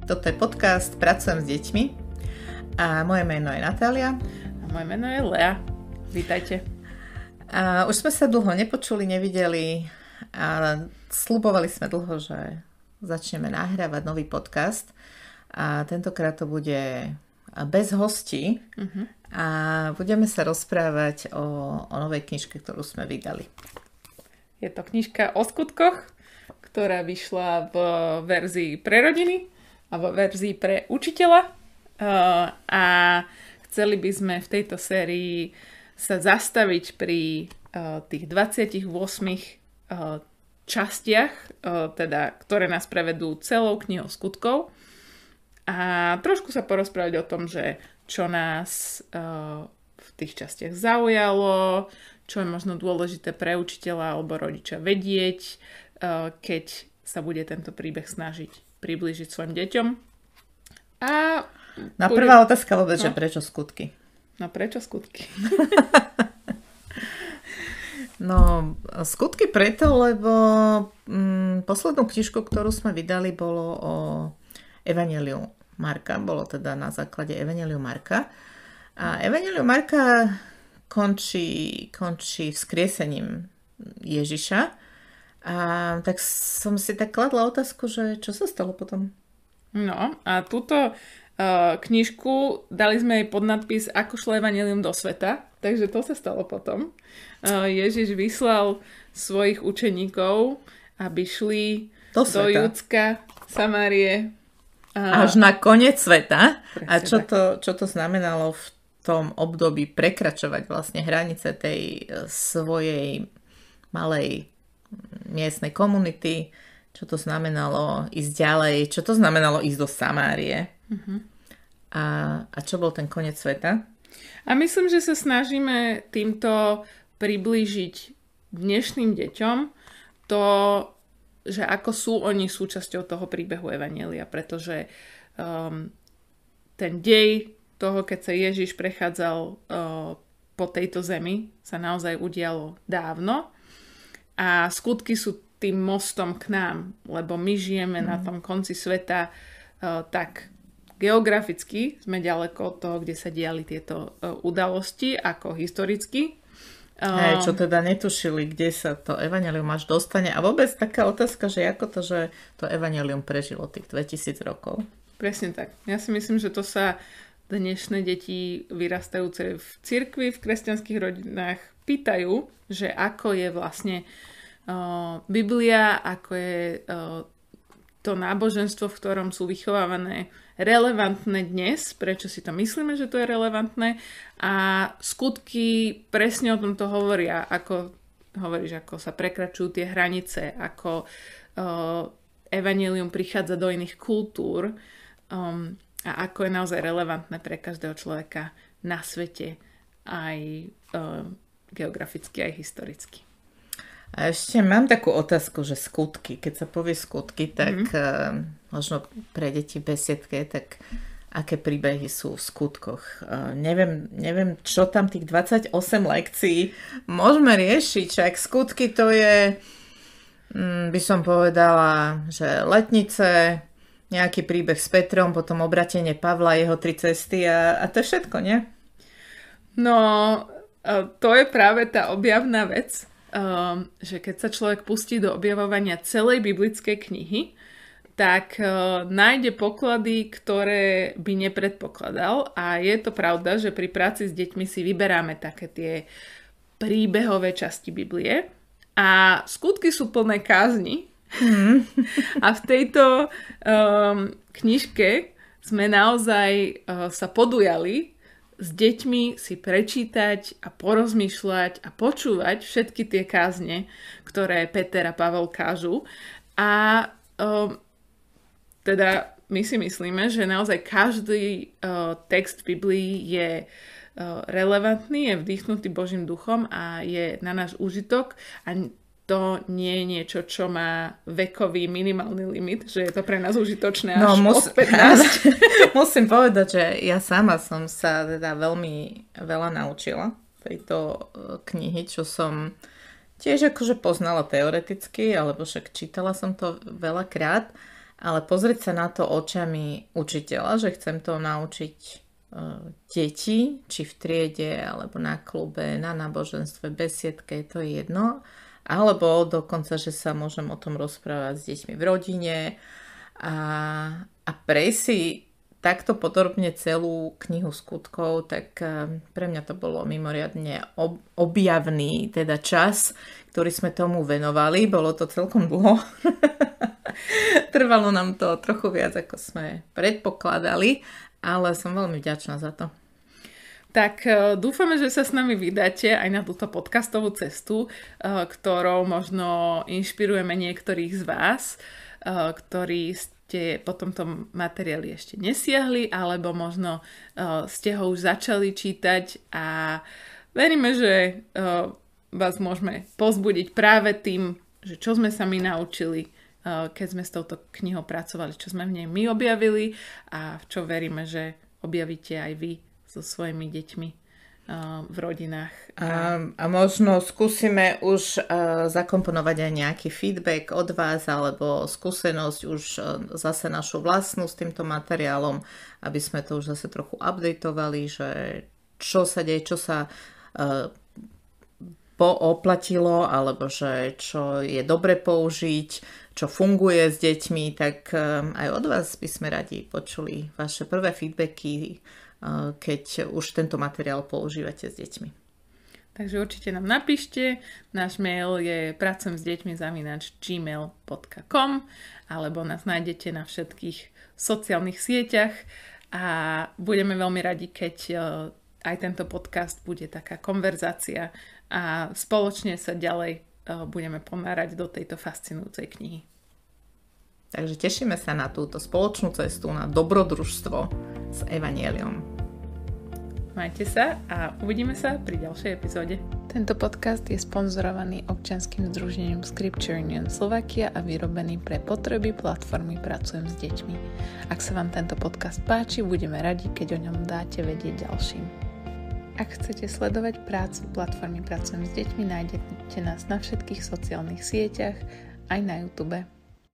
Toto je podcast Pracujem s deťmi a moje meno je Natália. A moje meno je Lea. Vítajte. Už sme sa dlho nepočuli, nevideli a sľubovali sme dlho, že začneme nahrávať nový podcast a tentokrát to bude bez hostí a budeme sa rozprávať o novej knižke, ktorú sme vydali. Je to knižka o skutkoch, ktorá vyšla v verzii pre rodiny a v verzii pre učiteľa. A chceli by sme v tejto sérii sa zastaviť pri tých 28 častiach, teda, ktoré nás prevedú celou knihou skutkov. A trošku sa porozprávať o tom, že čo nás v tých častiach zaujalo, čo je možno dôležité pre učiteľa alebo rodiča vedieť, keď sa bude tento príbeh snažiť priblížiť svojim deťom. A prvá otázka vôbec, že prečo skutky? No prečo skutky? No, skutky preto, lebo poslednú knižku, ktorú sme vydali, bolo o Evanjeliu Marka. Bolo teda na základe Evanjeliu Marka. A Evanjeliu Marka končí vzkriesením Ježiša. A tak som si tak kladla otázku, že čo sa stalo potom? No a túto knižku dali sme jej pod nadpis Ako šlo evanjelium do sveta, takže to sa stalo potom. Ježiš vyslal svojich učeníkov, aby šli do Judska, Samárie. Až na koniec sveta. A čo to znamenalo v tom období prekračovať vlastne hranice tej svojej malej miestnej komunity, čo to znamenalo ísť ďalej, čo to znamenalo ísť do Samárie. A čo bol ten koniec sveta? A myslím, že sa snažíme týmto priblížiť dnešným deťom to, že ako sú oni súčasťou toho príbehu Evanjelia, pretože ten dej toho, keď sa Ježiš prechádzal po tejto zemi, sa naozaj udialo dávno a skutky sú tým mostom k nám, lebo my žijeme na tom konci sveta tak geograficky, sme ďaleko od toho, kde sa diali tieto udalosti, ako historicky. Čo teda netušili, kde sa to evanjelium až dostane. A vôbec taká otázka, že ako to, že to evanjelium prežilo tých 2000 rokov? Presne tak. Ja si myslím, že to sa dnešné deti vyrastajúce v cirkvi, v kresťanských rodinách pýtajú, že ako je vlastne Biblia, ako je to náboženstvo, v ktorom sú vychovávané relevantné dnes, prečo si to myslíme, že to je relevantné a skutky presne o tomto hovoria, ako hovoríš, ako sa prekračujú tie hranice, ako evanjelium prichádza do iných kultúr a ako je naozaj relevantné pre každého človeka na svete aj geograficky, aj historicky. A ešte mám takú otázku, že skutky. Keď sa povie skutky, tak možno pre deti v besiedke, tak aké príbehy sú v skutkoch. Neviem, čo tam tých 28 lekcií môžeme riešiť. Čak skutky to je, by som povedala, že letnice, nejaký príbeh s Petrom, potom obratenie Pavla, jeho 3 cesty a to je všetko, nie? No, to je práve tá objavná vec, že keď sa človek pustí do objavovania celej biblickej knihy, tak nájde poklady, ktoré by nepredpokladal a je to pravda, že pri práci s deťmi si vyberáme také tie príbehové časti Biblie a skutky sú plné kázni a v tejto knižke sme naozaj sa podujali s deťmi si prečítať a porozmýšľať a počúvať všetky tie kázne, ktoré Peter a Pavel kážu. A teda my si myslíme, že naozaj každý text v Biblii je relevantný, je vdýchnutý Božím duchom a je na náš úžitok a to nie je niečo, čo má vekový minimálny limit, že je to pre nás užitočné až od 15. Musím povedať, že ja sama som sa teda veľmi veľa naučila tejto knihy, čo som tiež akože poznala teoreticky, alebo však čítala som to veľakrát, ale pozrieť sa na to očami učiteľa, že chcem to naučiť deti, či v triede, alebo na klube, na náboženstve, besiedke, to je jedno. Alebo dokonca, že sa môžem o tom rozprávať s deťmi v rodine a prejsť si takto podrobne celú knihu skutkov, tak pre mňa to bolo mimoriadne objavný teda čas, ktorý sme tomu venovali. Bolo to celkom dlho. Trvalo nám to trochu viac, ako sme predpokladali, ale som veľmi vďačná za to. Tak dúfame, že sa s nami vydáte aj na túto podcastovú cestu, ktorou možno inšpirujeme niektorých z vás, ktorí ste po tomto materiáli ešte nesiahli, alebo možno ste ho už začali čítať a veríme, že vás môžeme povzbudiť práve tým, že čo sme sa my naučili, keď sme s touto knihou pracovali, čo sme v nej my objavili a v čo veríme, že objavíte aj vy so svojimi deťmi v rodinách. A možno skúsime už zakomponovať aj nejaký feedback od vás alebo skúsenosť už zase našu vlastnú s týmto materiálom, aby sme to už zase trochu updateovali, že čo sa deje, čo sa oplatilo, alebo že čo je dobre použiť, čo funguje s deťmi, tak aj od vás by sme radi počuli vaše prvé feedbacky, keď už tento materiál používate s deťmi. Takže určite nám napíšte. Náš mail je pracujem-s-deťmi@gmail.com alebo nás nájdete na všetkých sociálnych sieťach a budeme veľmi radi, keď aj tento podcast bude taká konverzácia a spoločne sa ďalej budeme ponárať do tejto fascinujúcej knihy. Takže tešíme sa na túto spoločnú cestu na dobrodružstvo s Evangeliom. Majte sa a uvidíme sa pri ďalšej epizóde. Tento podcast je sponzorovaný občianskym združením Scripture Union Slovakia a vyrobený pre potreby platformy Pracujem s deťmi. Ak sa vám tento podcast páči, budeme radi, keď o ňom dáte vedieť ďalším. Ak chcete sledovať prácu platformy Pracujem s deťmi, nájdete nás na všetkých sociálnych sieťach, aj na YouTube.